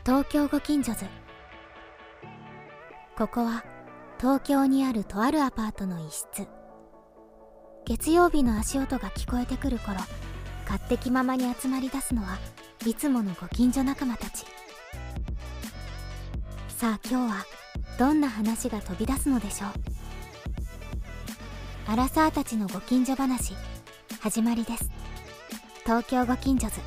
東京ご近所図。ここは東京にあるとあるアパートの一室。月曜日の足音が聞こえてくる頃、勝手気ままに集まり出すのはいつものご近所仲間たち。さあ今日はどんな話が飛び出すのでしょう。アラサーたちのご近所話、始まりです。東京ご近所図。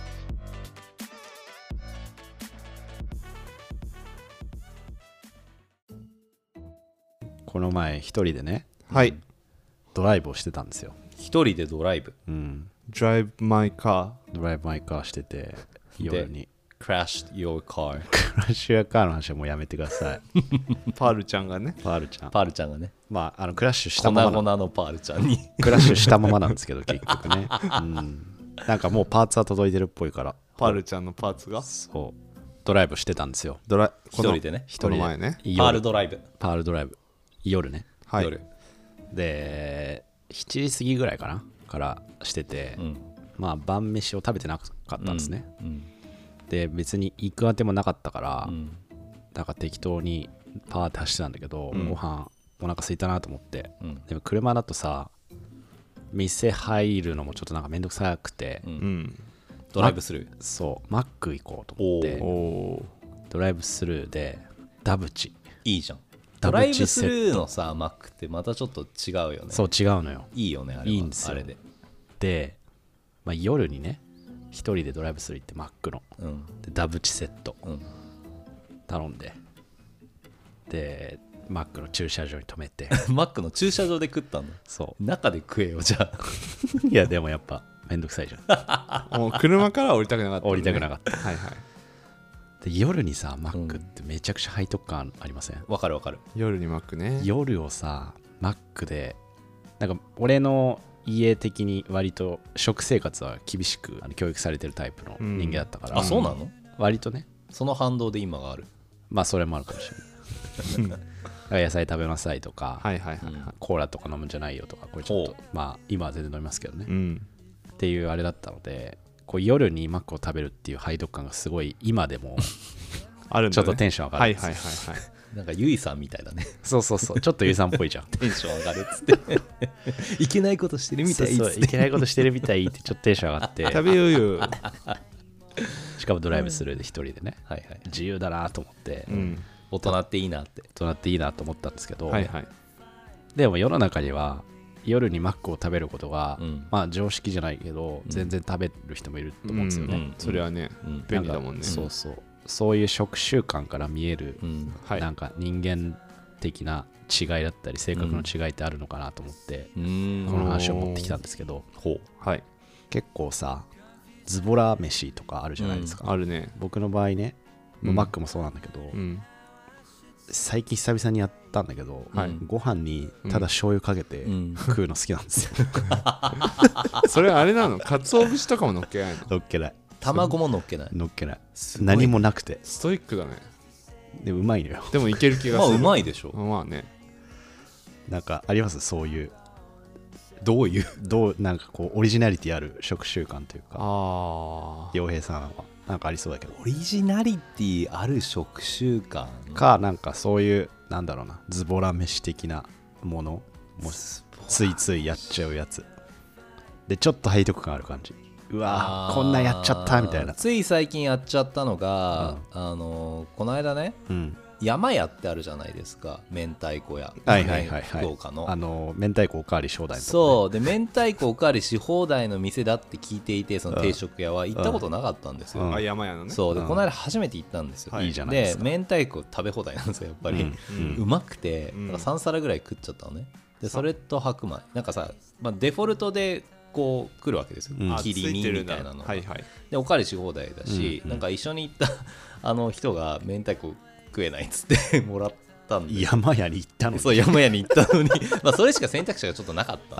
この前一人でね、 はい。 ドライブをしてたんですよ。 一人でドライブ。 Drive my car。 ドライブマイカーしてて、夜に。 Crashed your car。 クラッシュカーの話はもうやめてください。 パールちゃんがね。 パールちゃん。 パールちゃんがね。 まあ、クラッシュした粉まま 々のパールちゃんに。 クラッシュしたままなんですけど、結局ね。なんかもうパーツは届いてるっぽいから。 パールちゃんのパーツが。 そう。ドライブしてたんですよ。 一人でね。 この前ね。 パールドライブ。 パールドライブ。夜ね。 はい。 夜。 で、7時過ぎぐらいかなからしてて、まあ晩飯を食べてなかったんですね。で別に行くあてもなかったから、なんか適当にパーって走ってたんだけど、ご飯お腹空いたなと思って、でも車だとさ、店入るのもちょっとなんかめんどくさくて、 ドライブスルー。 そうマック行こうと思ってドライブスルーでダブチ。 いいじゃん。ドライブスルーのさマックってまたちょっと違うよね。 そう違うのよ。 いいよねあれは。 いいんですよ。 あれで。 で、まあ、夜にね一人でドライブスルー行ってマックの、でダブチセット、頼んで、でマックの駐車場に止めてマックの駐車場で食ったんだ。 そう中で食えよじゃあ。 いやでもやっぱめんどくさいじゃん。 もう車からは降りたくなかった、ね。 降りたくなかった。 はいはい。 で夜にさマックってめちゃくちゃ背徳感ありません？ わかるわかる。 夜にマックね。 夜をさマックで、なんか俺の家的に割と食生活は厳しく教育されてるタイプの人間だったから、 あ、そうなの？ 割とね、 その反動で今がある。 まあそれもあるかもしれない。だから野菜食べなさいとか、 はいはいはい、 コーラとか飲むんじゃないよとか、これちょっとまあ今は全然飲みますけどね、っていうあれだったので、こう夜にマックを食べるっていう背徳感がすごい今でもあるんだ、ね、 ちょっとテンション上がるんですよ。 はいはいはいはい。 なんかゆいさんみたいだね。 そうそうそう、ちょっとゆいさんっぽいじゃん。 テンション上がるっつっていけないことしてるみたいっつって。 そうそう、いけないことしてるみたいってちょっとテンション上がって食べようよ。 しかもドライブスルーで一人でね、 はいはい、 自由だなと思って、 大人っていいなって。 大人っていいなと思ったんですけど、 はいはい、 でも世の中には夜にマックを食べることが、まあ常識じゃないけど、全然食べる人もいると思うんですよね。 それはね、便利だもんね。 そうそう、そういう食習慣から見える、なんか人間的な違いだったり性格の違いってあるのかなと思って、この話を持ってきたんですけど、 はい、 結構さズボラ飯とかあるじゃないですか、 あるね。 僕の場合ね、マックもそうなんだけど、最近久々にやったんだけど、ご飯にただ醤油かけて食うの好きなんですよ。 それあれなの？鰹節とかも乗っけないの？ 乗っけない。 卵も乗っけない。 乗っけない。何もなくて。 ストイックだね。 でもうまいのよ。 でもいける気がする。 まあうまいでしょ。 まあね。 なんかあります？そういう。どうなんかこうオリジナリティある食習慣というか。洋平さんはなんかありそうだけど。 オリジナリティある食習慣か、なんかそういうなんだろうな、ズボラ飯的なものもついついやっちゃうやつで、ちょっと背徳感ある感じ。うわー、こんなんやっちゃったみたいな。 つい最近やっちゃったのが、この間ね、山屋ってあるじゃないですか、明太子屋、福岡の明太子おかわり商売のとこね。 そうで、明太子おかわりし放題の店だって聞いていて、その定食屋は行ったことなかったんですよ。 山屋のね。 そうで、この間初めて行ったんですよ。 いいじゃないですか。 で明太子食べ放題なんですよ、やっぱり。うまくて、なんか3皿ぐらい食っちゃったのね。でそれと白米なんかさ、デフォルトでこう来るわけですよ、切り身みたいなのが。でおかわりし放題だし、なんか一緒に行った人が明太子食えないっつってもらったんで、 山屋に行ったの？ そう、山屋に行ったのにまあそれしか選択肢がちょっとなかった、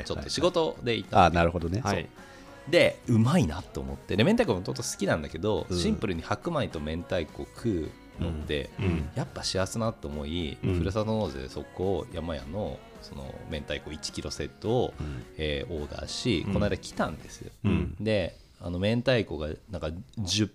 ちょっと仕事で行ったんで。 なるほどね。 でうまいなと思って、で明太子もとんと好きなんだけど、シンプルに白米と明太子食うのって、やっぱ幸せなと思い、ふるさと納税でそこを山屋のその明太子1キロセットを、オーダーし、この間来たんですよ。で明太子がなんか10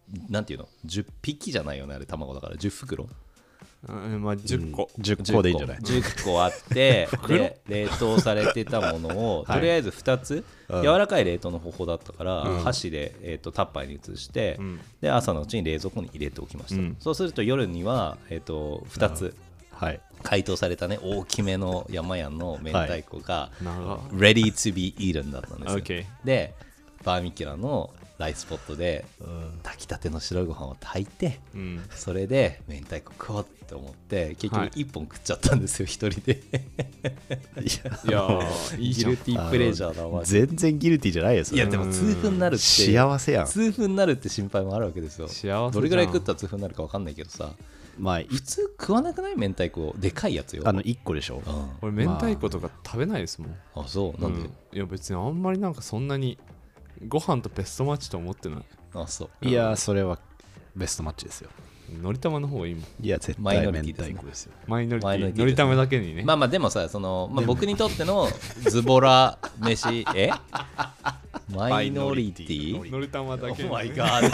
なんていうの10匹じゃないよねあれ卵だから10袋まあ10個、 10個でいいんじゃない。 10個あってで冷凍されてたものをとりあえず2つ、柔らかい冷凍の方法だったから、箸で、タッパーに移して、で朝のうちに冷蔵庫に入れておきました、そうすると夜には、2つ、解凍されたね大きめの山屋の明太子が、ready to be eaten だったんですよ、でバーミキュラのライスポットで炊きたての白いご飯を炊いて、それで明太子食おうって思って結局1本食っちゃったんですよ、一人でいやギルティープレジャーだわ。 全然ギルティーじゃないですよ。 いやでも痛風になるって幸せやん。 痛風になるって心配もあるわけですよ。どれぐらい食ったら痛風になるか分かんないけどさ、まあ普通食わなくない？明太子でかいやつよ。 1個でしょ。 俺明太子とか食べないですもん。 あ、そうなんで？ いや別にあんまりなんかそんなにご飯とベストマッチと思ってない。 あ、そう。 いやそれはベストマッチですよ。 のり玉の方がいいもん。 いや絶対明太子ですよ。 マイノリティ、のり玉だけにね。 まあでもさ、僕にとってのズボラ飯マイノリティのり玉だけに、ね。 Oh my god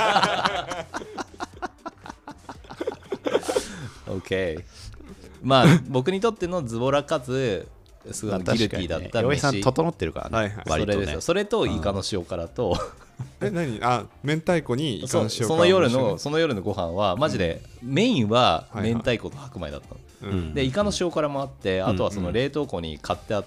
OK まあ僕にとってのズボラかつすごいギルティーだった飯、さん整ってるからね、 割とね。それとイカの塩辛と何？明太子にイカの塩辛。 その夜のご飯はマジでメインは明太子と白米だったの、でイカの塩辛もあって、あとはその冷凍庫に買ってあった、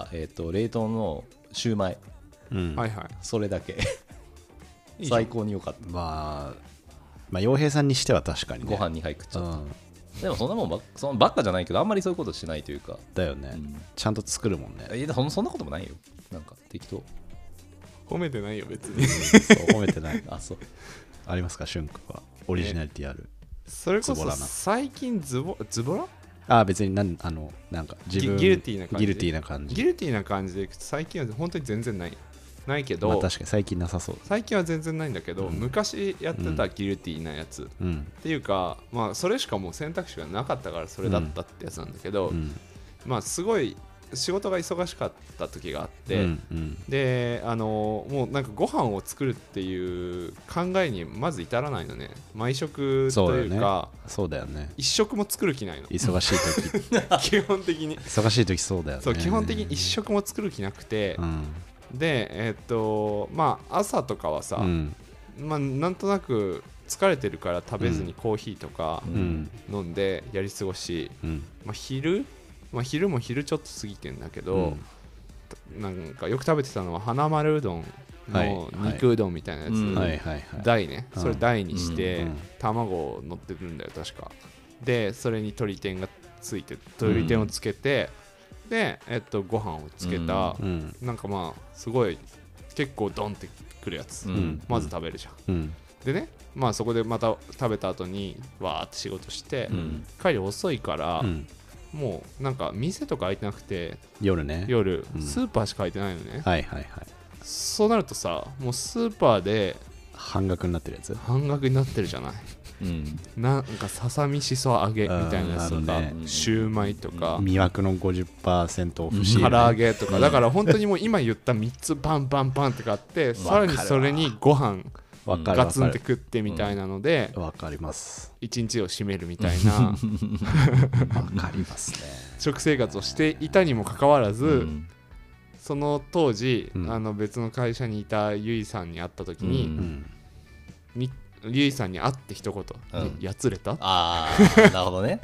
冷凍のシューマイ、それだけ最高に良かった。 まあ洋平さんにしては確かにね、 ご飯2杯食っちゃった、でもそんなもんばっかじゃないけど、あんまりそういうことしないというか。 だよね、ちゃんと作るもんね。 いやそんなこともないよ、なんか適当。 褒めてないよ別にそう褒めてないあ、そう。 ありますか、俊君はオリジナリティある？ それこそ最近ズボラ？ 別になんか自分ギルティーな感じ。 ギルティーな感じでいくと最近は本当に全然ないけど、 まあ確かに最近なさそう。 最近は全然ないんだけど、昔やってたギルティーなやつ、っていうか、まあそれしかもう選択肢がなかったからそれだったってやつなんだけど、まあすごい仕事が忙しかった時があって、でもうなんかご飯を作るっていう考えにまず至らないのね。毎食というか、 そうだよね。 一食も作る気ないの。 忙しい時基本的に忙しい時そうだよね。 そう基本的に一食も作る気なくて、でまあ朝とかはさ、まあなんとなく疲れてるから食べずにコーヒーとか飲んでやり過ごし、まあ昼も昼ちょっと過ぎてんだけど、なんかよく食べてたのは花丸うどんの肉うどんみたいなやつ、大ね、それ大にして卵乗ってるんだよ確か。でそれに鶏天がついて、鶏天をつけて、でご飯をつけた、なんかまあすごい結構ドンってくるやつ、まず食べるじゃん、でね、まあそこでまた食べた後にわーって仕事して、帰り遅いから、もうなんか店とか開いてなくて、 夜スーパーしか開いてないのね、そうなるとさ、もうスーパーで半額になってるじゃない、なんかささみしそ揚げみたいなやつとか、シューマイとか魅惑の 50% オフシール、 唐揚げとか、だから本当にもう今言った3つパンパンパンって買ってさらにそれにご飯ガツンって食ってみたいなので、 わかります、 一日を締めるみたいなわかりますね食生活をしていたにもかかわらず、その当時、別の会社にいたゆいさんに会った時に、ゆいさんに会って一言、やつれた？ あなるほどね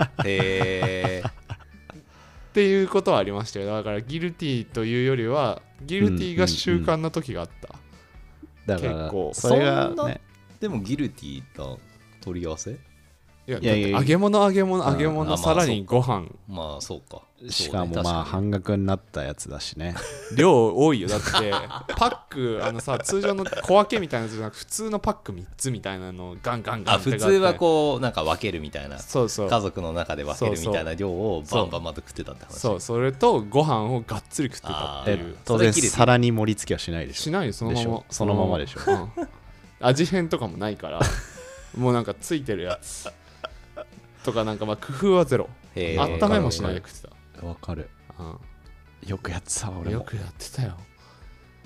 っていうことはありましたよ。だからギルティーというよりはギルティーが習慣な時があった、 だから結構それがね、 でもギルティーと取り合わせ？ いや揚げ物さらにご飯、 まあそうか。 しかもまあ半額になったやつだしね、 量多いよ。だってパックさ通常の小分けみたいなやつじゃなく普通のパック3つみたいなのをガンガンガンって普通はこうなんか分けるみたいな、 そう家族の中で分けるみたいな量をバンバンまた食ってたって話。 そう、それとご飯をがっつり食ってたっていう。 当然皿に盛り付けはしないでしょ。 しないよ、そのままでしょ、 味変とかもないからもうなんかついてるやつとか、なんかまあ工夫はゼロ、温めもしないで食ってた。 わかる、よくやってた。俺もよくやってたよ。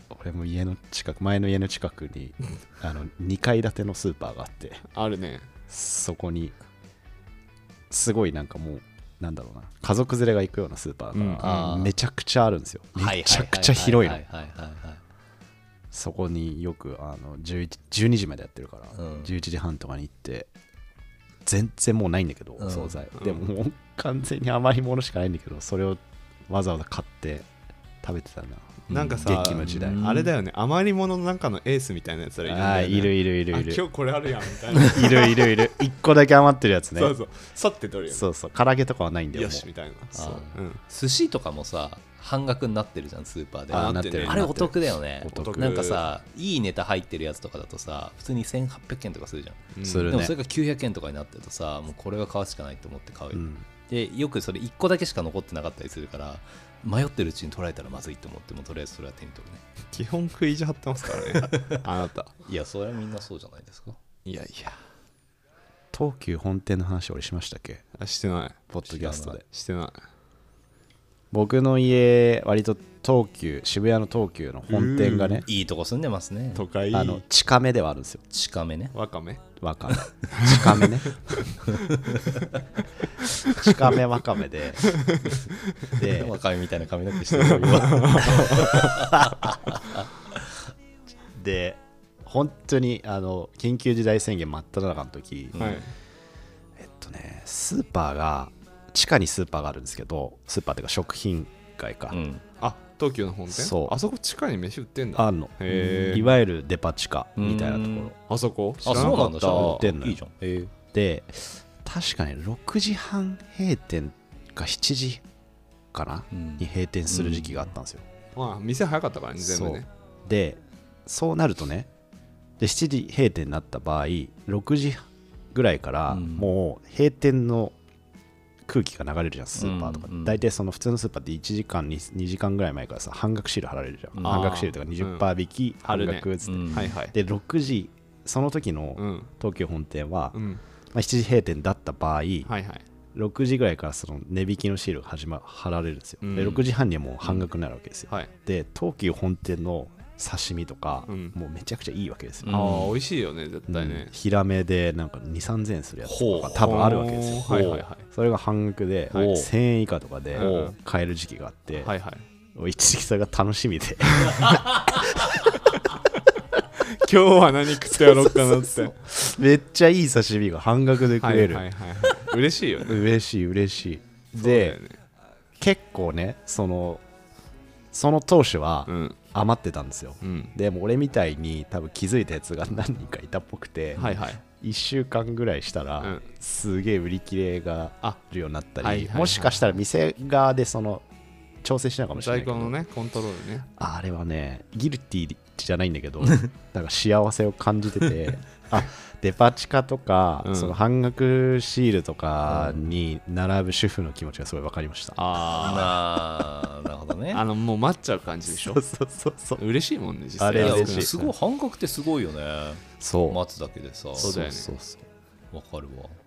俺も前の家の近くに2階建てのスーパーがあって、 あるね。 そこにすごいなんかもうなんだろうな、家族連れが行くようなスーパーがめちゃくちゃあるんですよ。めちゃくちゃ広いの。そこによく12時までやってるから、11時半とかに行って全然もうないんだけど、お惣菜でももう完全に余り物しかないんだけど、それをわざわざ買って食べてたな。 なんかさ、 激の時代あれだよね、余り物の中のエースみたいなやつらいるんだよね。 いる今日これあるやんみたいな。 いる1個だけ余ってるやつね。 そうさって取るよ。 そう唐揚げとかはないんだよ。 よしみたいな。 寿司とかもさ半額になってるじゃん、スーパーで。 なってる。 あれお得だよね。 お得。 なんかさ、いいネタ入ってるやつとかだとさ、普通に1800円とかするじゃん。 するね。 でもそれが900円とかになってるとさ、もうこれは買うしかないと思って買うよ。でよくそれ1個だけしか残ってなかったりするから、迷ってるうちに取られたらまずいと思っても、とりあえずそれは手に取るね。 基本食い意地張ってますからね。あなた。 いや、それはみんなそうじゃないですか。 いや東急本店の話俺しましたっけ？ してない。 ポッドキャストで。 してない。 僕の家割と渋谷の東急の本店がね、 いいとこ住んでますね。 都会。 近めではあるんですよ。 近めね。 わかめ近めね。近めわかめでわかめみたいな髪の毛してるで、本当に緊急事態宣言真っ只中の時、スーパーが地下にスーパーがあるんですけど、スーパーっていうか食品街か、 あ、東急の本店。 そう、 あそこ地下に飯売ってんだ。 あんの。いわゆるデパ地下みたいなところ。 あそこ知らなかった。 売ってんのよ。 いいじゃん。 で確かに6時半閉店か7時かな、に閉店する時期があったんですよ。 まあ店早かったからね、全部ね。 でそうなるとね、で7時閉店になった場合、6時ぐらいからもう閉店の空気が流れるじゃん、スーパーとか。大体その普通のスーパーって1時間2時間ぐらい前からさ、半額シール貼られるじゃん。半額シールとか 20% 引き、半額っつって。で6時、その時の東急本店は7時閉店だった場合、6時ぐらいからその値引きのシールが貼られるんですよ。で6時半にはもう半額になるわけですよ。で東急本店の刺身とか、もうめちゃくちゃいいわけですよ。 ああ、美味しいよね、絶対ね。 ヒラメでなんか2、3000円するやつとか多分あるわけですよ。それが半額で1000円以下とかで買える時期があって、一時期それが楽しみで今日は何食ってやろうかなって。 めっちゃいい刺身が半額で食える。 嬉しいよね。 嬉しい。で、結構ね、その当初は余ってたんですよ。でも俺みたいに多分気づいたやつが何人かいたっぽくて、1週間ぐらいしたらすげえ売り切れがあるようになったり、もしかしたら店側でその調整しないかもしれないけど、 在庫のね、コントロールね。 あれはね、ギルティじゃないんだけどなんか幸せを感じててデパ地下とか、その半額シールとかに並ぶ主婦の気持ちがすごい分かりました。 なるほどね。 もう待っちゃう感じでしょ。 そう嬉しいもんね、実際。 あれ嬉しい。 すごい半額ってすごいよね。 そう、 待つだけでさ。 そうだよね。 わかるわ。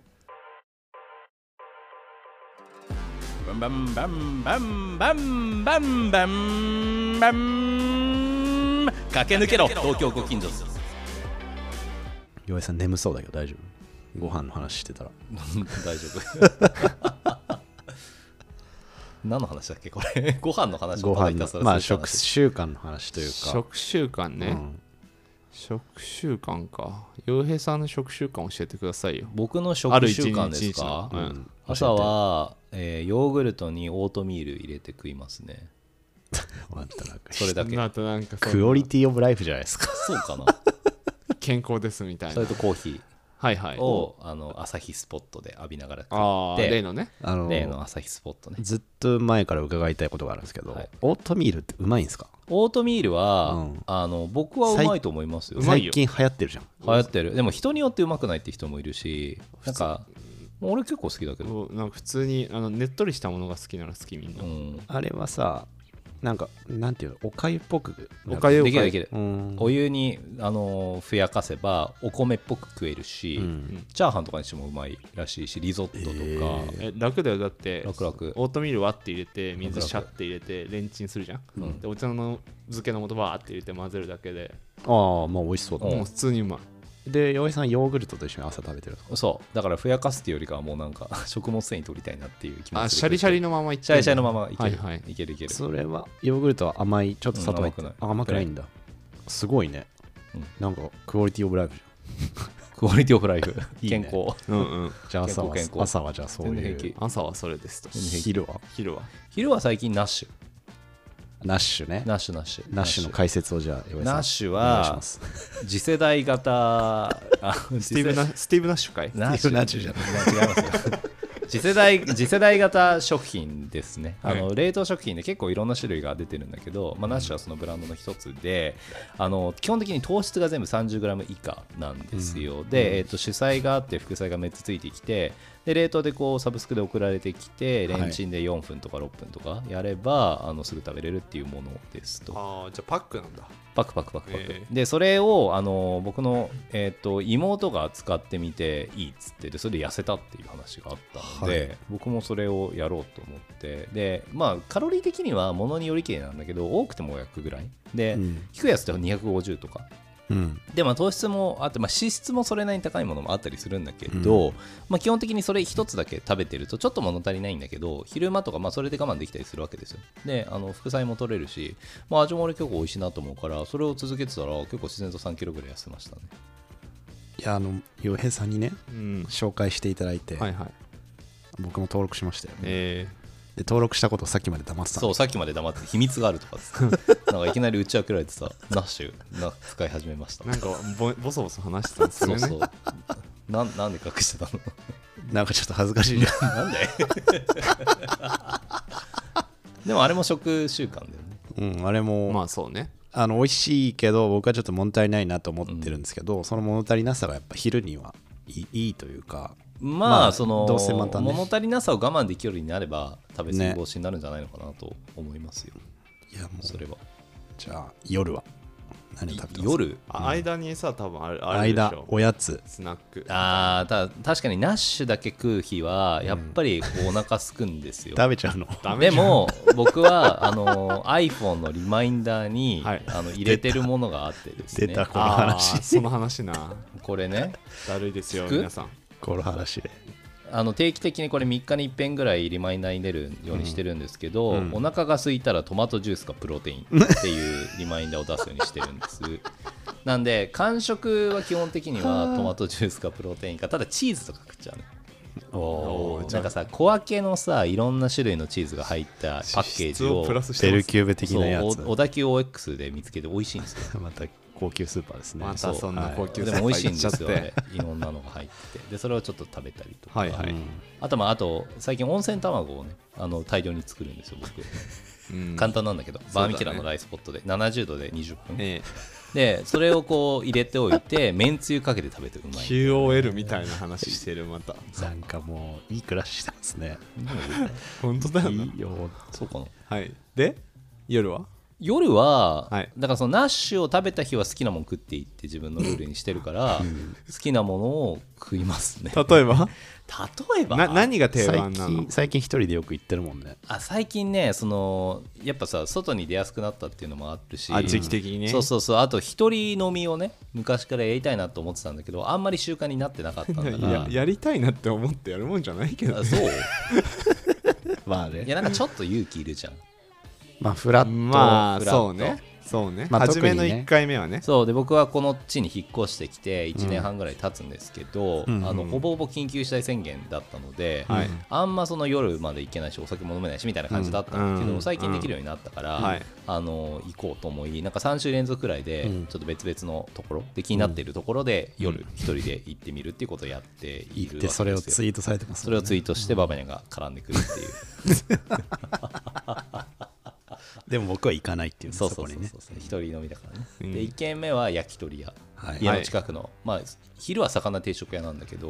バンバンバンバンバンバンバンバン、駆け抜けろ東京ご近所。 岩井さん眠そうだけど大丈夫？ご飯の話してたら大丈夫何の話だっけこれご飯の話。 ご飯の、まあ食習慣の話というか。 食習慣ね、食習慣か。洋平さんの食習慣教えてくださいよ。 僕の食習慣ですか？朝は、ヨーグルトにオートミール入れて食いますね。それだけ。 クオリティオブライフじゃないですか。 そうかな健康ですみたいな。 それとコーヒーを朝日スポットで浴びながら食って。 例のね、 例の朝日スポットね。 ずっと前から伺いたいことがあるんですけど、オートミールってうまいんですか？ オートミールは、僕はうまいと思いますよ。 最近流行ってるじゃん。 流行ってる。でも人によってうまくないって人もいるし、なんか俺結構好きだけど、 なんか普通にねっとりしたものが好きなら好きみんな。 あれはさ、 なんかなんていうの、おかゆっぽくできるできる、お湯にふやかせばお米っぽく食えるし、チャーハンとかにしてもうまいらしいし、リゾットとか、 楽だよ。だって楽オートミール割って入れて水シャッて入れてレンチンするじゃん、でお茶の漬けの素バーって入れて混ぜるだけで、 ああまあ美味しそうだもう普通にうまい。 で洋平さんヨーグルトと一緒に朝食べてる。 そうだからふやかすっていうよりかはもうなんか食物繊維取りたいなっていう気持ちで、 シャリシャリのままいっシャリシャリのままいける、 はいはい、 いけるいける。 それはヨーグルトは甘い、ちょっと砂糖入って、甘くないんだ。すごいね、なんかクオリティオブライフじゃん。 クオリティオブライフ健康。 じゃあ朝はじゃあそういう、 朝はそれですと。 昼は最近ナッシュナッシュの解説をじゃあナッシュは次世代型スティーブ・ナッシュかい。 ナッシュじゃない違いますよ。次世代型食品ですね、冷凍食品で結構いろんな種類が出てるんだけど、ナッシュはそのブランドの一つで、基本的に糖質が全部 30g 以下なんですよ。で、主菜があって副菜が3つついてきて、で冷凍でこうサブスクで送られてきて、レンチンで4分とか6分とかやれば、すぐ食べれるっていうものですと。 じゃあパックなんだ。 パクでそれを僕の、妹が使ってみていいっつって、でそれで痩せたっていう話があったので、僕もそれをやろうと思って、でカロリー的にはものによりけりなんだけど、多くても100ぐらいで、低いやつでは250とか、で糖質もあって、脂質もそれなりに高いものもあったりするんだけど、基本的にそれ一つだけ食べてるとちょっと物足りないんだけど、昼間とかそれで我慢できたりするわけですよ。で副菜も取れるし、味も俺結構美味しいなと思うから、それを続けてたら結構自然と3キロぐらい痩せましたね。 いや洋平さんにね、紹介していただいて、僕も登録しましたよね。で登録したことをさっきまで黙ってた。 そう、さっきまで黙って秘密があるとかなんかいきなり打ち明けられてさ、ナッシュ使い始めました。 なんかボソボソ話してたんですよね。 そうなんで隠してたの。 なんかちょっと恥ずかしいじゃん。 なんででもあれも食習慣だよね。 あれもそうね、 美味しいけど僕はちょっと物足りないなと思ってるんですけど、その物足りなさがやっぱ昼にはいいというか、 そのどうせまた、物足りなさを我慢できるようになれば食べ過ぎ防止になるんじゃないのかなと思いますよ。 いやもうそれは。 じゃあ夜は何食べてますか？ 夜、 間にさ多分あるでしょ。 おやつスナック。 確かにナッシュだけ食う日はやっぱりお腹すくんですよ。 食べちゃうの？ でも僕はiPhone のリマインダーに入れてるものがあってですね。 出たこの話。 その話な。 これね、 だるいですよ皆さん。 この話で定期的にこれ3日に1遍ぐらいリマインダーに出るようにしてるんですけど、お腹が空いたらトマトジュースかプロテインっていうリマインダーを出すようにしてるんですなんで間食は基本的にはトマトジュースかプロテインか、ただチーズとか食っちゃうね。なんかさ、小分けのさいろんな種類のチーズが入ったパッケージをベルキューベ的なやつ、 小田急 OX で見つけて美味しいんですよ。 また高級スーパーですね。 またそんな高級スーパーでも美味しいんですよね。いろんなのが入ってて、でそれをちょっと食べたりとか、あと最近温泉卵をね大量に作るんですよ僕。簡単なんだけど、バーミキュラのライスポットで70度で20分、でそれをこう入れておいてめんつゆかけて食べてうまい。 QOL みたいな話してる。またなんかもういい暮らししてますね。 本当だよな。 いいよ。 そうかな。 はいで夜はだからそのナッシュを食べた日は好きなもの食っていいって自分のルールにしてるから好きなものを食いますね。 例えば何が定番なの？ 最近一人でよく行ってるもんね。 最近ね、やっぱさ外に出やすくなったっていうのもあるし、 時期的にね。 そうあと一人飲みをね昔からやりたいなと思ってたんだけど、あんまり習慣になってなかったんだからやりたいなって思ってやるもんじゃないけど。 そうまあね。 いやなんかちょっと勇気いるじゃん。 フラット。 そうね、初めの1回目はね。 そうで僕はこの地に引っ越してきて1年半ぐらい経つんですけど、ほぼほぼ緊急事態宣言だったので、あんまその夜まで行けないしお酒も飲めないしみたいな感じだったんだけど、最近できるようになったから、行こうと思い、なんか3週連続くらいでちょっと別々のところで気になっているところで夜一人で行ってみるっていうことをやっているわけですよ。 それをツイートされてますね。 それをツイートしてババニャが絡んでくるっていう。 でも僕は行かないっていう。 そう一人飲みだからね。で1軒目は焼き鳥屋、家の近くの、昼は魚定食屋なんだけど、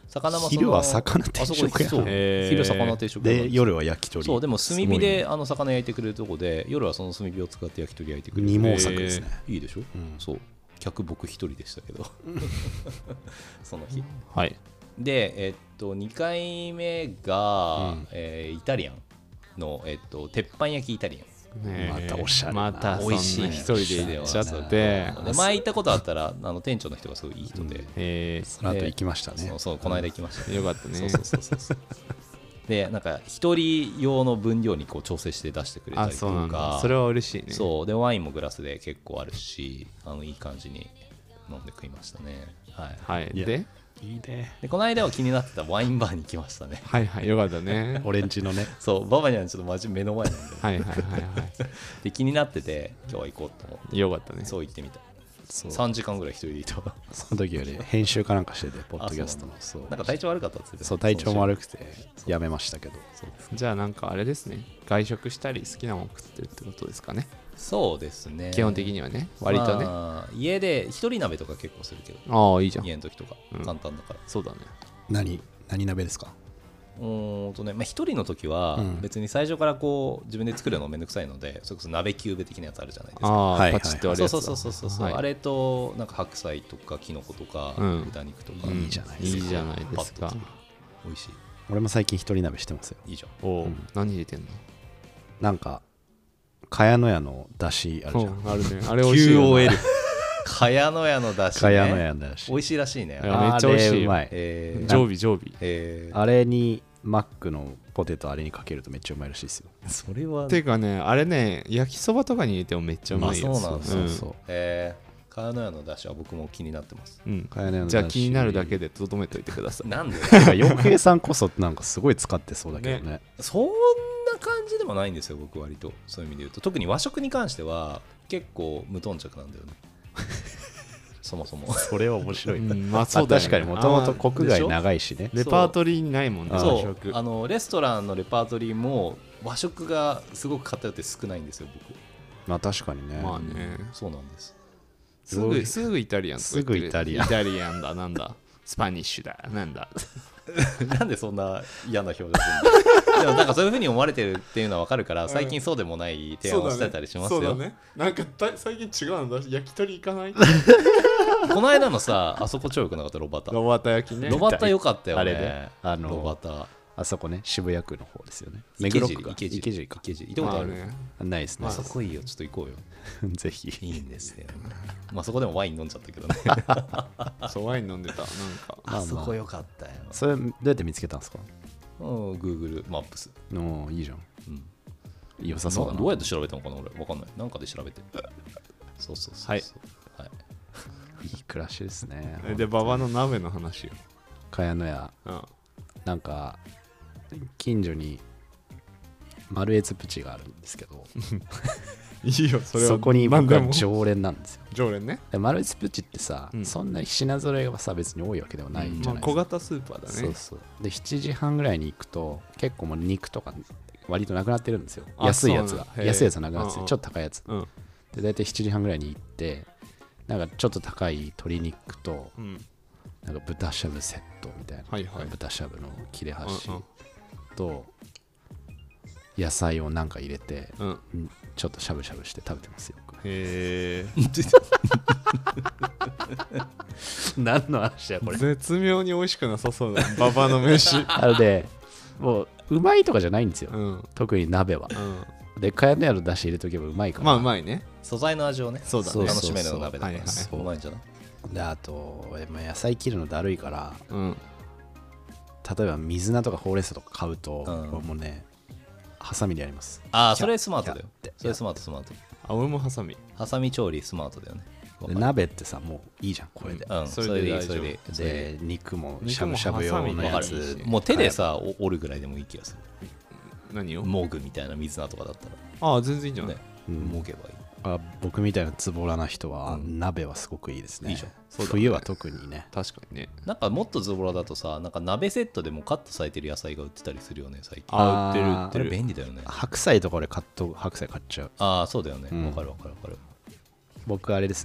魚も昼は魚定食や昼魚定食で夜は焼き鳥。 そうでも炭火で魚焼いてくれるとこで夜はその炭火を使って焼き鳥焼いてくれる。 二毛作ですね。 いいでしょ、そう客僕一人でしたけどその日。 はいで2回目が、イタリアンの、鉄板焼きイタリアン。 またおしゃれな、 また美味しいね、 一人で行っちゃって、 前行ったことあったら店長の人がすごいいい人で、 その後行きましたね。 そうこの間行きましたね。 よかったね。 そうでなんか一人用の分量にこう調整して出してくれたりとか、 それは嬉しいね。 そうでワインもグラスで結構あるし、いい感じに飲んで食いましたね。 はいでいいね。 でこの間は気になってたワインバーに来ましたね。 はいはい、よかったね。 オレンジのね。 そうババニャンちょっとマジ目の前なんで、 はいはいはいはいで気になってて今日は行こうと思って。 よかったね。 そう言ってみた。3時間ぐらい一人でいた。 その時より編集かなんかしてて、ポッドキャストの。そうなんか体調悪かったっつって。 そう体調も悪くてやめましたけど。 じゃあなんかあれですね、外食したり好きなもの食ってるってことですかね。 そうですね、 基本的にはね、割とね、 家で一人鍋とか結構するけど。 ああいいじゃん。 家の時とか簡単だから。 そうだね。 何鍋ですか？ 一人の時は別に最初からこう自分で作るのめんどくさいので、それこそ鍋キューブ的なやつあるじゃないですか。 パチッと割るやつ。 そうあれとなんか白菜とかキノコとか豚肉とか。 いいじゃないですか。 いいじゃないですか。 美味しい。 俺も最近一人鍋してますよ。 いいじゃん。 お何入れてんの？ なんか茅野屋のだしあるじゃん。 あるね。あれ美味しい。 QOL。 茅野屋のだし。 茅野屋のだし。 美味しいらしいね。 めっちゃ美味しい。 うまい。 常備。 あれにマックのポテトあれにかけるとめっちゃうまいらしいですよ。 それは。 ていうかね、あれね、焼きそばとかに入れてもめっちゃうまいよ。 そうなんです。茅野屋のだしは僕も気になってます。 じゃあ気になるだけでとどめといてください。 なんで？ 洋平さんこそなんかすごい使ってそうだけどね。 そんな感じでもないんですよ、僕割と。そういう意味で言うと、特に和食に関しては結構無頓着なんだよね。そもそも。 それは面白い。 まあそうだね。 確かにもともと国外長いしね。 レパートリーないもんね。 和食。レストランのレパートリーも和食がすごく偏って少ないんですよ、僕。 まあ確かにね。 まあね。 そうなんです。 すぐイタリアン。 すぐイタリアン。 イタリアンだ、なんだ。スパニッシュだ、なんだ。 なんでそんな嫌な表情するの？でもなんかそういう風に思われてるっていうのは分かるから、最近そうでもない提案をしてたりしますよ。 そうだね。なんか最近違うんだ。焼き鳥行かない？ この間のさ、あそこ超良くなかった？ロバタ。 ロバタ焼きね。 ロバタ良かったよね。 あれでロバタ。 あそこね、渋谷区の方ですよね。 池尻か。 池尻か。行ったことある？ ないですね。 あそこいいよ、ちょっと行こうよ。 ぜひ。 いいんですよ。まあそこでもワイン飲んじゃったけどね。 そう、ワイン飲んでた。なんかあそこ良かったよ。 それどうやって見つけたんですか ？Google マップス。 いいじゃん。良さそうだな。 どうやって調べたのかな俺？わかんない。なんかで調べて。そう。 はい。 いい暮らしですね。 で、馬場の鍋の話よ。 茅野屋。なんか近所にマルエツプチがあるんですけどいいよ、それは。 そこに僕は常連なんですよ。 常連ね。 マルエツプチってさ、そんな品揃えがさ別に多いわけではないじゃないですか。 小型スーパーだね。 そうで7時半ぐらいに行くと結構もう肉とか割となくなってるんですよ。安いやつがなくなってて、ちょっと高いやつで大体7時半ぐらいに行って、なんかちょっと高い鶏肉と、なんか豚しゃぶセットみたいな、豚しゃぶの切れ端と野菜をなんか入れて、ちょっとしゃぶしゃぶして食べてますよ。 へえ。 何の話やこれ。 絶妙に美味しくなさそうだ。馬場の飯。 でもううまいとかじゃないんですよ。特に鍋は。で茅野屋のだし入れとけばうまいから。 まあうまいね。 素材の味をね。 そうだね。 楽しめるの鍋だから。うまいんじゃない？ であと野菜切るのだるいから、例えば水菜とかほうれん草とか買うと、もうねハサミでやります。 それスマートだよ。それスマート。 俺もハサミ。 ハサミ調理スマートだよね。 で鍋ってさもういいじゃんこれで。 それでで肉もしゃぶしゃぶ用のやつ。 もう手でさ折るぐらいでもいい気がする。 何を？ もぐみたいな水菜とかだったら。全然いいんじゃない？ もげばいい。 僕みたいなズボラな人は鍋はすごくいいですね。いいじゃん。冬は特にね。 確かにね。 なんかもっとズボラだとさ、なんか鍋セットでもカットされてる野菜が売ってたりするよね最近。 売ってる。 便利だよね。 白菜とか俺白菜買っちゃう。 そうだよね。わかる。 僕あれですね。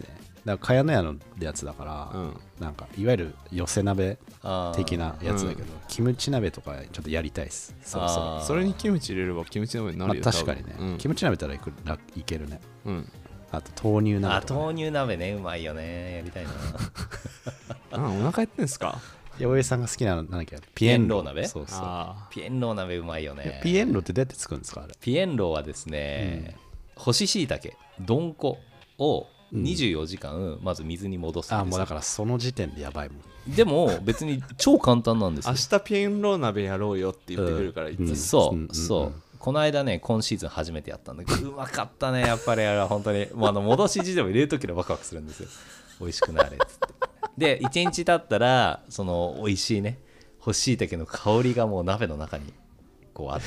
だから茅乃舎のやつだから、なんかいわゆる寄せ鍋的なやつだけど、キムチ鍋とかちょっとやりたいです。 それにキムチ入れればキムチ鍋になるよ、 確かにね、キムチ鍋だったらいけるね。あと豆乳鍋とか、 豆乳鍋ね、うまいよね、やりたいな。 お腹減ってんすか。 八百屋さんが好きなのなんだっけ、 ピエンロー鍋。 そうそう、 ピエンロー鍋うまいよね。 ピエンローってどうやって作るんですかあれ。 ピエンローはですね、干し椎茸どんこを24時間まず水に戻すんですよ。 もうだからその時点でやばいもん。 でも別に超簡単なんですよ。 明日ピエンロー鍋やろうよって言ってくるから、 そうこの間ね、今シーズン初めてやったんだけどうまかったね、やっぱり。あれは本当にもう戻し汁でも入れるときのワクワクするんですよ。美味しくなれっつってで1日経ったらその美味しいね干し椎茸の香りがもう鍋の中にこうあって、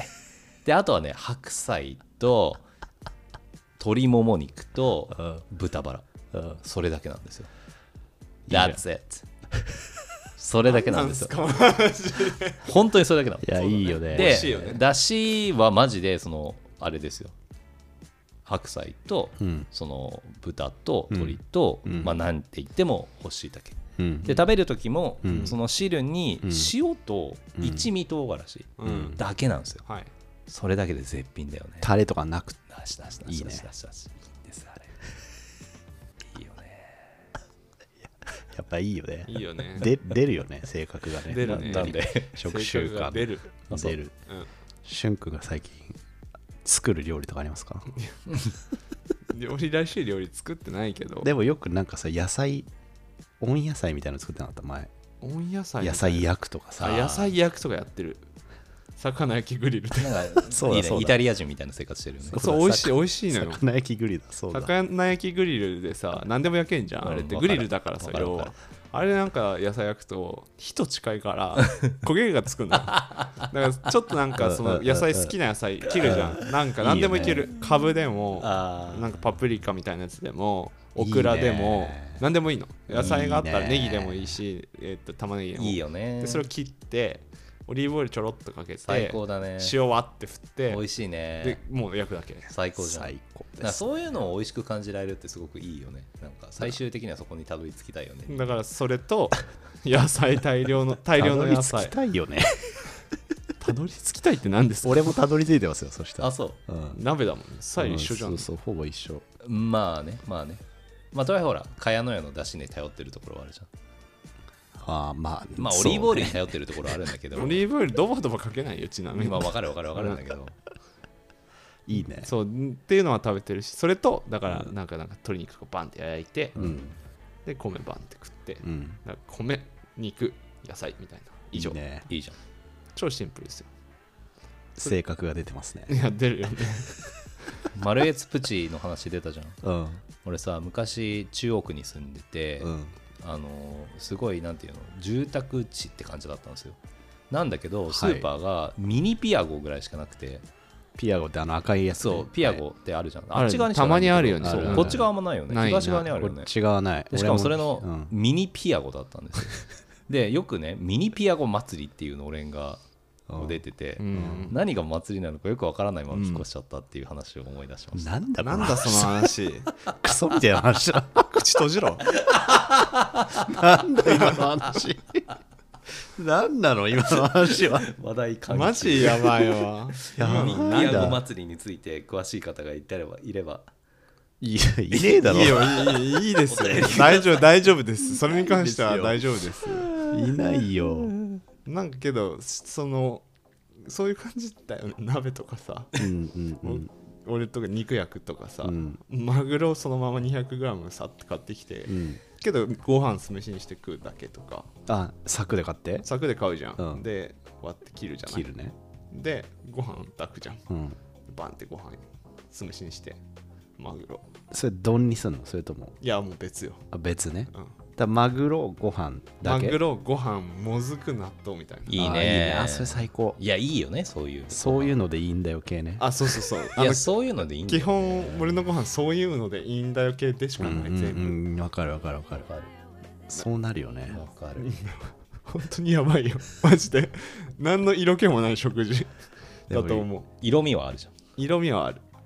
であとはね、白菜と鶏もも肉と豚バラ、それだけなんですよ。That's it それだけなんですよ。本当にそれだけなんです。 いや、いいよね。 で、だしはマジであれですよ、白菜と、その豚と鶏と、なんて言っても干し椎茸、で食べる時も、その汁に塩と一味唐辛子だけなんですよ。それだけで絶品だよね。 タレとかなくていいね。いいですあれ。いいよね。やっぱいいよね。 いいよね。 出るよね、性格がね。 出るね。 なんで食習慣出る。 しゅんくんが最近作る料理とかありますか？ 料理らしい料理作ってないけど。 でもよくなんかさ、温野菜みたいなの作ってなかった前。 温野菜。 野菜焼くとかさ。 野菜焼くとかやってる。魚焼きグリルでなんかそうだイタリア人みたいな生活してるよね。 そう、美味しいのよ。 魚焼きグリルだ。そうだ。 魚焼きグリルでさ、何でも焼けんじゃん。あれってグリルだからさ、要は。あれなんか野菜焼くと火と近いから焦げがつくのよ。だからちょっとなんかその野菜好きな野菜切るじゃん。なんか何でもいける。カブでもなんかパプリカみたいなやつでもオクラでも何でもいいの。野菜があったらネギでもいいし、玉ねぎでもいいよね。でそれを切ってオリーブオイルちょろっとかけて最高だね。 塩割って振って美味しいね。 でもう焼くだけ。 最高じゃん。 最高です。 なんかそういうのを美味しく感じられるってすごくいいよね。なんか最終的にはそこにたどり着きたいよね。 だからそれと野菜大量の野菜。たどり着きたいよね。 たどり着きたいって何ですか？ 俺もたどり着いてますよ。そしたら。 あ、そう。 鍋だもんね。さえ一緒じゃん。 そうほぼ一緒。 まあね。まあとはいえほら、茅乃舎の出汁に頼ってるところはあるじゃん。まあオリーブオイルに頼ってるところあるんだけど、 オリーブオイルドバドバかけないよ、ちなみに。 まあ分かるんだけどいいね。 そうっていうのは食べてるし、それとだからなんか鶏肉をバンって焼いて、で米バンって食って、米肉野菜みたいな以上。 いいじゃん。 超シンプルですよ。 性格が出てますね。 いや出るよね。 マルエツプチの話出たじゃん。俺さ、昔中央区に住んでて、すごいなんていうの、住宅地って感じだったんですよ。なんだけどスーパーがミニピアゴぐらいしかなくて、 ピアゴって赤いやつ。 そう、ピアゴってあるじゃん。あっち側にたまにあるよね。 こっち側もないよね。東側にあるよね。 こっち側ない。 しかもそれのミニピアゴだったんですよ。でよくね、ミニピアゴ祭りっていうのれんが出てて、何が祭りなのかよくわからないまま引っ越しちゃったっていう話を思い出しました。 なんだその話。 クソみたいな話だ。 口閉じろ。 なんだ今の話。なんなの今の話は。 話題関係マジやばいわ。 ミニピアゴ祭りについて詳しい方がいればいねえだろ。 いいですよ。大丈夫です。それに関しては大丈夫です。 いないよ。 なんかけどそういう感じだよね。鍋とかさ、俺とか肉焼くとかさ、マグロをそのまま 200g さって買ってきて、けどご飯酢飯にして食うだけとか。 柵で買って柵で買うじゃん。で割って切るじゃない。 切るね。 でご飯炊くじゃん。バンってご飯酢飯にしてマグロ。それ丼にすんの？それとも？ いやもう別よ。 別ね。だマグロご飯だけ。 マグロご飯もずく納豆みたいな。 いいね。 それ最高。 いやいいよね、そういうのでいいんだよ系ね。 そういやそういうのでいいんだよ。 基本俺のご飯そういうのでいいんだよ系でしかない。全部わかる。そうなるよね。 わかる。 本当にやばいよマジで。何の色気もない食事だと思う。 色味はあるじゃん。 色味はある。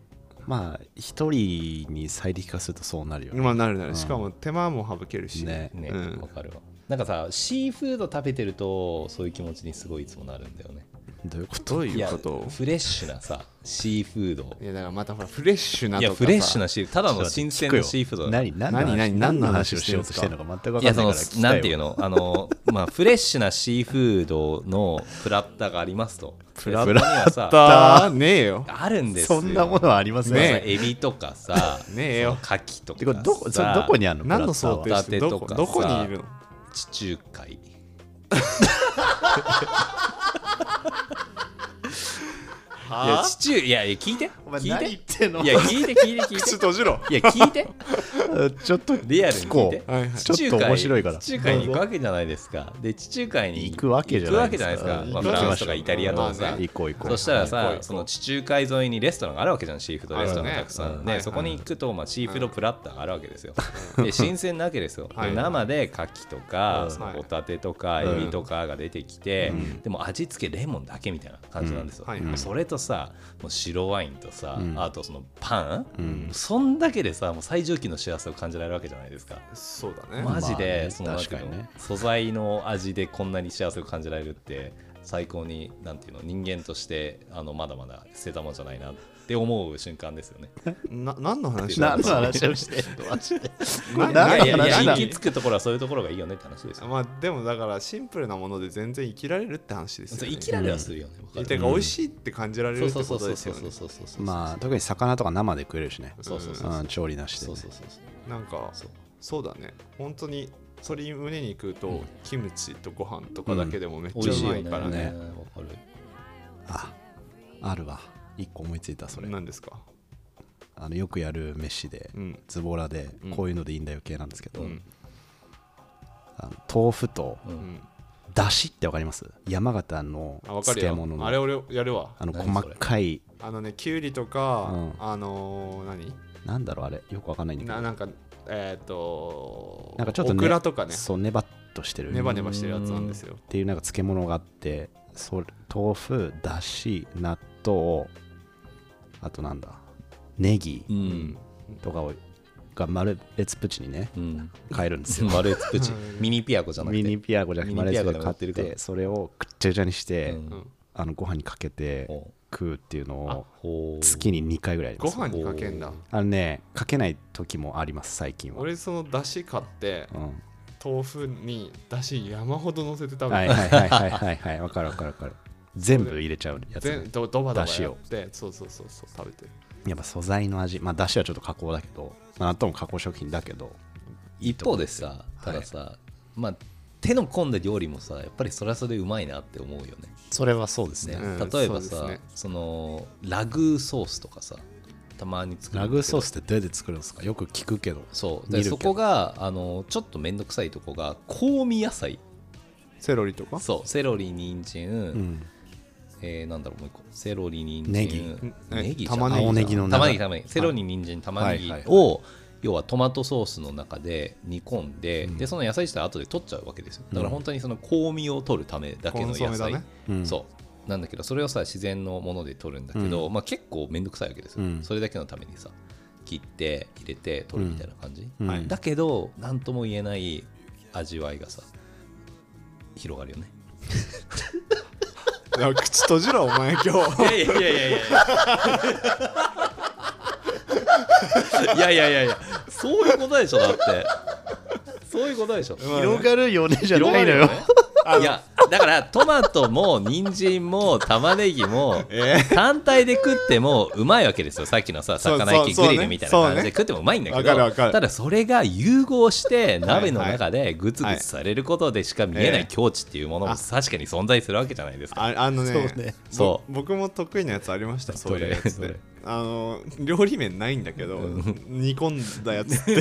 まあ一人に最適化するとそうなるよね。 まあなる、しかも手間も省けるしね、わかるわ。なんかさ、シーフード食べてるとそういう気持ちにすごいいつもなるんだよね。 どういうこと？ フレッシュなさシーフード。 いやだからまたほらフレッシュなとかさ、 いやフレッシュなシーフード、ただの新鮮なシーフード。 何の話をしようとしてるのか全く分かんないから聞きたいわ。 なんていうの、まあフレッシュなシーフードのプラッタがありますと。 プラッタねえよ。 あるんですよ。 そんなものはありませんね。エビとかさ、 ねえよ。 牡蠣とかさ。どこにあるの？ 何の想定してどこにいるの？ 地中海。いや聞いて。 お前何言ってんの？ いや聞いて。 口閉じろ。 いや聞いて。 ちょっとリアルに聞いて。 ちょっと面白いから。 地中海に行くわけじゃないですか。で地中海に行くわけじゃないですか。 まあフランスとかイタリアとかさ。 行こう。 そしたらさ、その地中海沿いにレストランがあるわけじゃん。シーフードレストランがたくさん。でそこに行くとまあシーフードプラッターがあるわけですよ。で新鮮なわけですよ。生で牡蠣とかホタテとかエビとかが出てきて、でも味付けレモンだけみたいな感じなんですよ。それとさ、もう白ワインとさ、あとそのパン、そんだけでさ、もう最上級の幸せを感じられるわけじゃないですか。 そうだね。 マジでその確かにね、 素材の味でこんなに幸せを感じられるって最高になんていうの、人間としてまだまだ捨てたもんじゃないなって思う瞬間ですよね。 何の話をしてんの？マジで。 いや行き着くところはそういうところがいいよねって話ですよ。 まあでもだからシンプルなもので全然生きられるって話ですよね。 生きられはするよね。 てか美味しいって感じられるってことですよね。 まあ特に魚とか生で食えるしね。調理なしで。 なんかそうだね。本当に鶏胸肉とキムチとご飯とかだけでもめっちゃうまいからね。 あるわ。一個思いついた。それ何ですか？ よくやる飯でズボラでこういうのでいいんだよ系なんですけど、豆腐とだしってわかります？山形の漬物のあれ俺やるわ。 細かいきゅうりとかなんだろうあれよくわかんないんだけど、 なんかちょっとオクラとかね、 そうネバっとしてるネバネバしてるやつなんですよっていうなんか漬物があって、豆腐、だし、納豆、あとなんだネギとかが丸越プチにね買えるんですよ。 丸越プチミニピアゴじゃなくてミニピアゴじゃなくて丸越で買って、それをくっちゃくちゃにしてご飯にかけて食うっていうのを月に2回ぐらいやります。 ご飯にかけんだ。 かけない時もあります最近は。 俺そのだし買って豆腐にだし山ほど乗せて食べて、 はいわかる全部入れちゃうやつ、 ドバドバやってそう食べてる。 やっぱ素材の味、まあだしはちょっと加工だけど、納豆も加工食品だけど、 一方でさ、たださ、まあ手の込んだ料理もさ、やっぱりそれはそれでうまいなって思うよね。 それはそうですね。 例えばさ、そのラグーソースとかさ、たまに作る。 ラグーソースってどうやって作るんですか？よく聞くけど。 そうでそこがちょっとめんどくさいとこが香味野菜、 セロリとか、 そうセロリ、人参、なんだろうもう一個、セロリ、人参、ネギ、 青ネギの玉ねぎ、セロリ、人参、玉ねぎを要はトマトソースの中で煮込んで、でその野菜自体後で取っちゃうわけですよ。だから本当にその香味を取るためだけの野菜、そうなんだけど、それをさ自然のもので取るんだけど、まあ結構めんどくさいわけですよ。それだけのためにさ切って入れて取るみたいな感じ、だけど何とも言えない味わいがさ広がるよね。 口閉じろお前今日。 いやそういうことでしょ。だってそういうことでしょ。 広がるよねじゃないのよ。 いやだからトマトも人参も玉ねぎも単体で食ってもうまいわけですよ。さっきのさ魚焼きグリルみたいな感じで食ってもうまいんだけど、ただそれが融合して鍋の中でグツグツされることでしか見えない境地っていうものも確かに存在するわけじゃないですか。 僕も得意なやつありました。そういうやつで料理面ないんだけど煮込んだやつって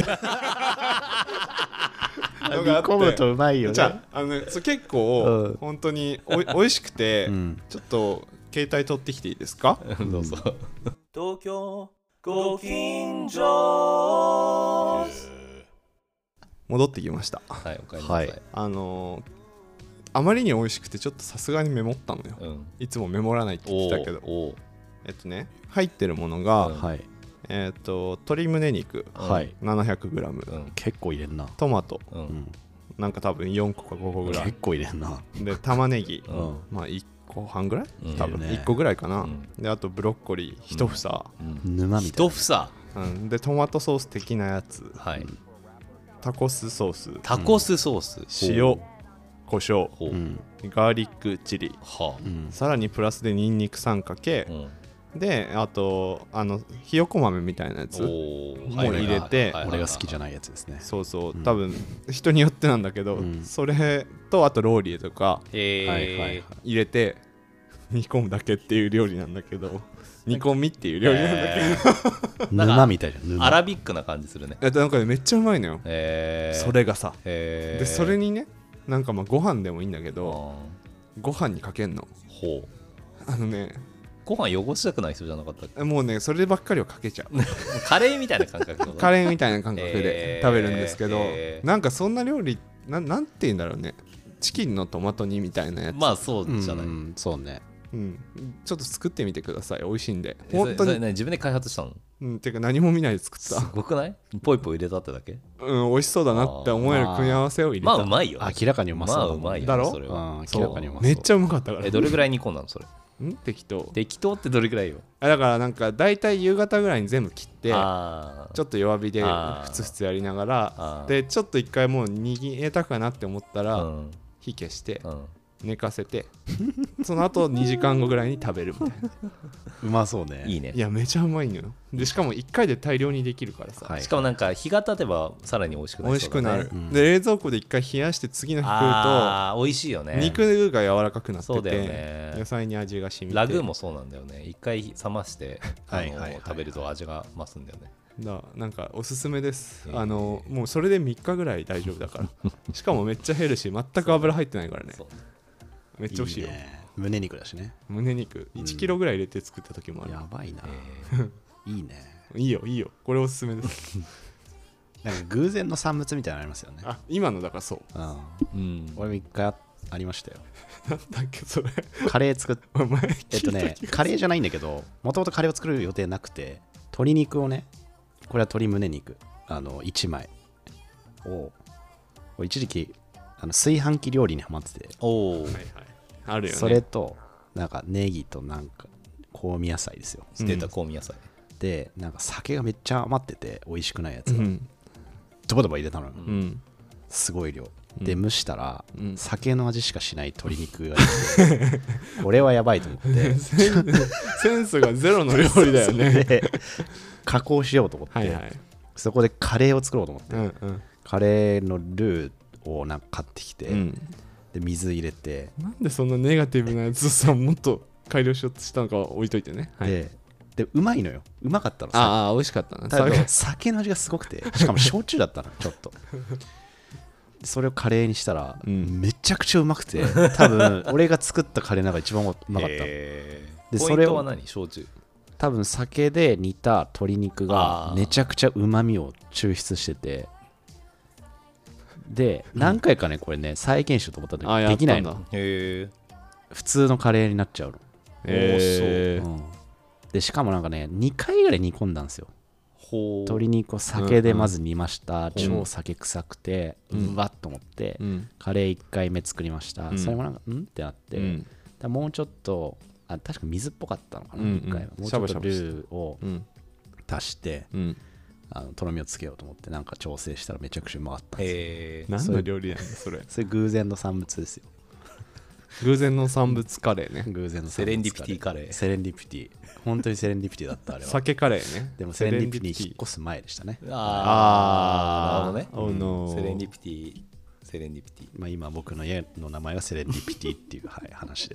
煮込むとうまいよね。 じゃあ結構本当においしくて、ちょっと携帯取ってきていいですか？ どうぞ。東京ご近所戻ってきました。 はい、おかえりなさい。 あまりに美味しくてちょっとさすがにメモったのよ。いつもメモらないって言ってたけど、入ってるものが、 鶏胸肉、はい、700g、 結構入れんな。 トマト、なんか多分4個か5個ぐらい、 結構入れんな。 で玉ねぎ、まあ1個半ぐらい、多分1個ぐらいかな、であとブロッコリー1房、 沼みたいな 1房、 でトマトソース的なやつ、タコスソース、塩、胡椒、ガーリックチリ、さらにプラスでニンニク3かけ、であとひよこ豆みたいなやつも入れて、 俺が好きじゃないやつですね。 そうそう、多分人によってなんだけど、それとあとローリエとか入れて煮込むだけっていう料理なんだけど、煮込みっていう料理なんだけど沼みたいじゃん。 アラビックな感じするね。 なんかめっちゃうまいのよ、それがさ。でそれにね、なんかまあご飯でもいいんだけど、ご飯にかけんの。 ご飯汚したくない人じゃなかったっけ？ もうね、そればっかりをかけちゃうカレーみたいな感覚カレーみたいな感覚で食べるんですけど、なんかそんな料理なんて言うんだろうね、チキンのトマト煮みたいなやつ。 まあそうじゃない、 そうね、 ちょっと作ってみてください、美味しいんで。 本当に自分で開発したの？ てか何も見ないで作った。 すごくない？ポイポイ入れたってだけ？ 美味しそうだなって思える組み合わせを入れた。 まあうまいよ、 明らかにうまそうだ。 うまいよだろ？ それは明らかにうまそう。 めっちゃうまかったから。 どれぐらい煮込んだのそれ？ 適当ってどれぐらいよ？ だからなんか大体夕方ぐらいに全部切って、ちょっと弱火でふつふつやりながら、でちょっと一回もう握れたかなって思ったら、火消して寝かせてその後2時間後ぐらいに食べるみたいなうまそうね。 いいね。 いやめちゃうまいのよ。でしかも1回で大量にできるからさ、 しかもなんか日が経てばさらに美味しくなる、 美味しくなる、で冷蔵庫で1回冷やして次の日食うと美味しいよね。 肉が柔らかくなってて、 そうだよね、 野菜に味が染みて。 ラグーもそうなんだよね。1回冷まして食べると味が増すんだよね。 なんかおすすめです、もうそれで3日ぐらい大丈夫だからしかもめっちゃヘルシー、全く油入ってないからね。めっちゃ美味しいよ。 胸肉だしね。 胸肉1キロぐらい入れて作った時もある。 やばいな。いいね。 いいよこれおすすめですなんか偶然の産物みたいなのありますよね。 今のだからそう。 俺も一回ありましたよ。 なんだっけそれ。 カレー作ってカレーじゃないんだけど、もともとカレーを作る予定なくて、鶏肉をね、これは鶏胸肉1枚を一時期炊飯器料理にハマってて、 あるよね。 それとなんかネギとなんか香味野菜ですよ。 出た香味野菜で、なんか酒がめっちゃ余ってて美味しくないやつがドバドバ入れたのよ、すごい量で、蒸したら酒の味しかしない鶏肉が出てこれはやばいと思ってセンスがゼロの料理だよねで加工しようと思って、そこでカレーを作ろうと思って、カレーのルーをなんか買ってきて、で水入れて。 なんでそんなネガティブなやつをさ、もっと改良しようとしたのか置いといてね。 でうまいのよ。うまかったのさ。美味しかったな。 ただ酒の味がすごくて、しかも焼酎だったのちょっとそれをカレーにしたら、めちゃくちゃうまくて、多分俺が作ったカレーの中で一番うまかった。でポイントは何？焼酎？ 多分酒で煮た鶏肉がめちゃくちゃうまみを抽出してて、で何回かねこれね再現しようと思ったんだけどできないの。普通のカレーになっちゃうの。でしかもなんかね2回ぐらい煮込んだんですよ。鶏肉を酒でまず煮ました、超酒臭くてうわっと思って、カレー1回目作りました、それもなんかってなって、もうちょっと確か水っぽかったのかな、1回はもうちょっとルーを足してとろみをつけようと思ってなんか調整したらめちゃくちゃうまかったんですよ。 何の料理なんだそれ。 それ偶然の産物ですよ。 偶然の産物カレーね。 偶然のセレンディピティカレー。 セレンディピティ、本当にセレンディピティだったあれは。 酒カレーね。 でもセレンディピティ引っ越す前でしたね。 なるほどね。セレンディピティ、セレンディピティ。 まあ今僕の家の名前はセレンディピティっていう、話です。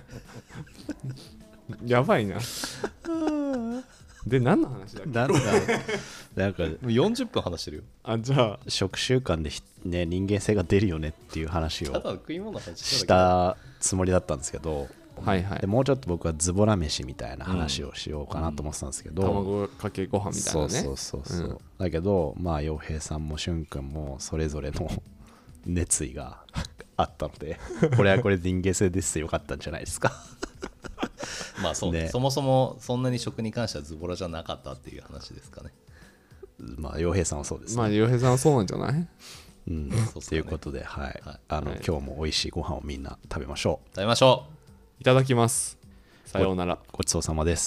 やばいな。で何の話だっけ。 なんか 40分話してるよ。 じゃあ食習慣で、ね、人間性が出るよねっていう話をしたつもりだったんですけど、でもうちょっと僕はズボラ飯みたいな話をしようかなと思ってたんですけど、 卵かけご飯みたいなね。 そうだけどまあ洋平さんもしゅんくんもそれぞれの熱意があったのでこれはこれで人間性ですよかったんじゃないですかまあそう、ね、そもそもそんなに食に関してはズボラじゃなかったっていう話ですかね。 まあ洋平さんはそうですね。 まあ洋平さんはそうなんじゃない？ うん、ということで、はい、今日も美味しいご飯をみんな食べましょう。 食べましょう。いただきます。さようなら。 ごちそうさまです。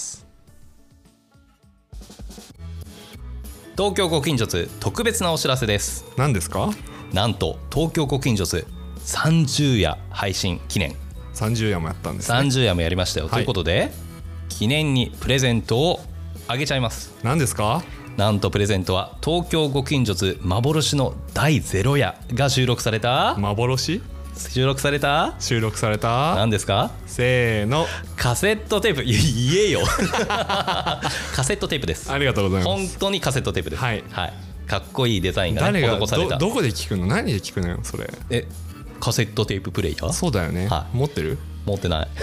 東京ご近所図特別なお知らせです。 何ですか？ なんと東京ご近所図30夜配信記念。 30夜もやったんですね。 30夜もやりましたよ、はい、ということで記念にプレゼントをあげちゃいます。 何ですか？ なんとプレゼントは東京ご近所図幻の第0夜が収録された幻？ 収録された何ですか？ せーの、 カセットテープ。言えよカセットテープです。 ありがとうございます。 本当にカセットテープです。 はい、 はい、かっこいいデザインが、ね、 施された。どこで聞くの？何で聞くのよそれ。 カセットテーププレイヤー？ そうだよね、はい、持ってる？ 持ってない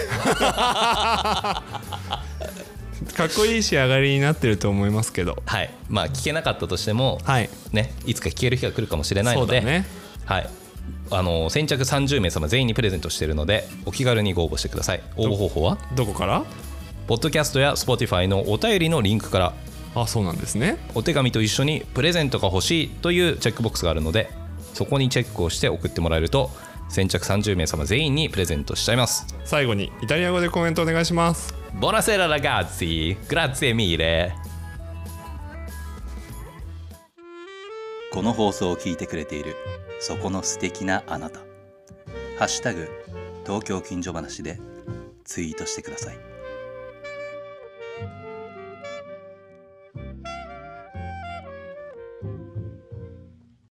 かっこいい仕上がりになってると思いますけど、 はい、まあ聞けなかったとしても、 はいね、いつか聞ける日が来るかもしれないので、 そうだね、 はい、先着30名様全員にプレゼントしているのでお気軽にご応募してください。応募方法はどこから？ ポッドキャストや Spotify のお便りのリンクから。 あ、そうなんですね。 お手紙と一緒にプレゼントが欲しいというチェックボックスがあるのでそこにチェックをして送ってもらえると先着30名様全員にプレゼントしちゃいます。 最後にイタリア語でコメントお願いします。 ボナセララガッツィグラッツェミーレ。 この放送を聞いてくれているそこの素敵なあなた、ハッシュタグ東京近所話でツイートしてください。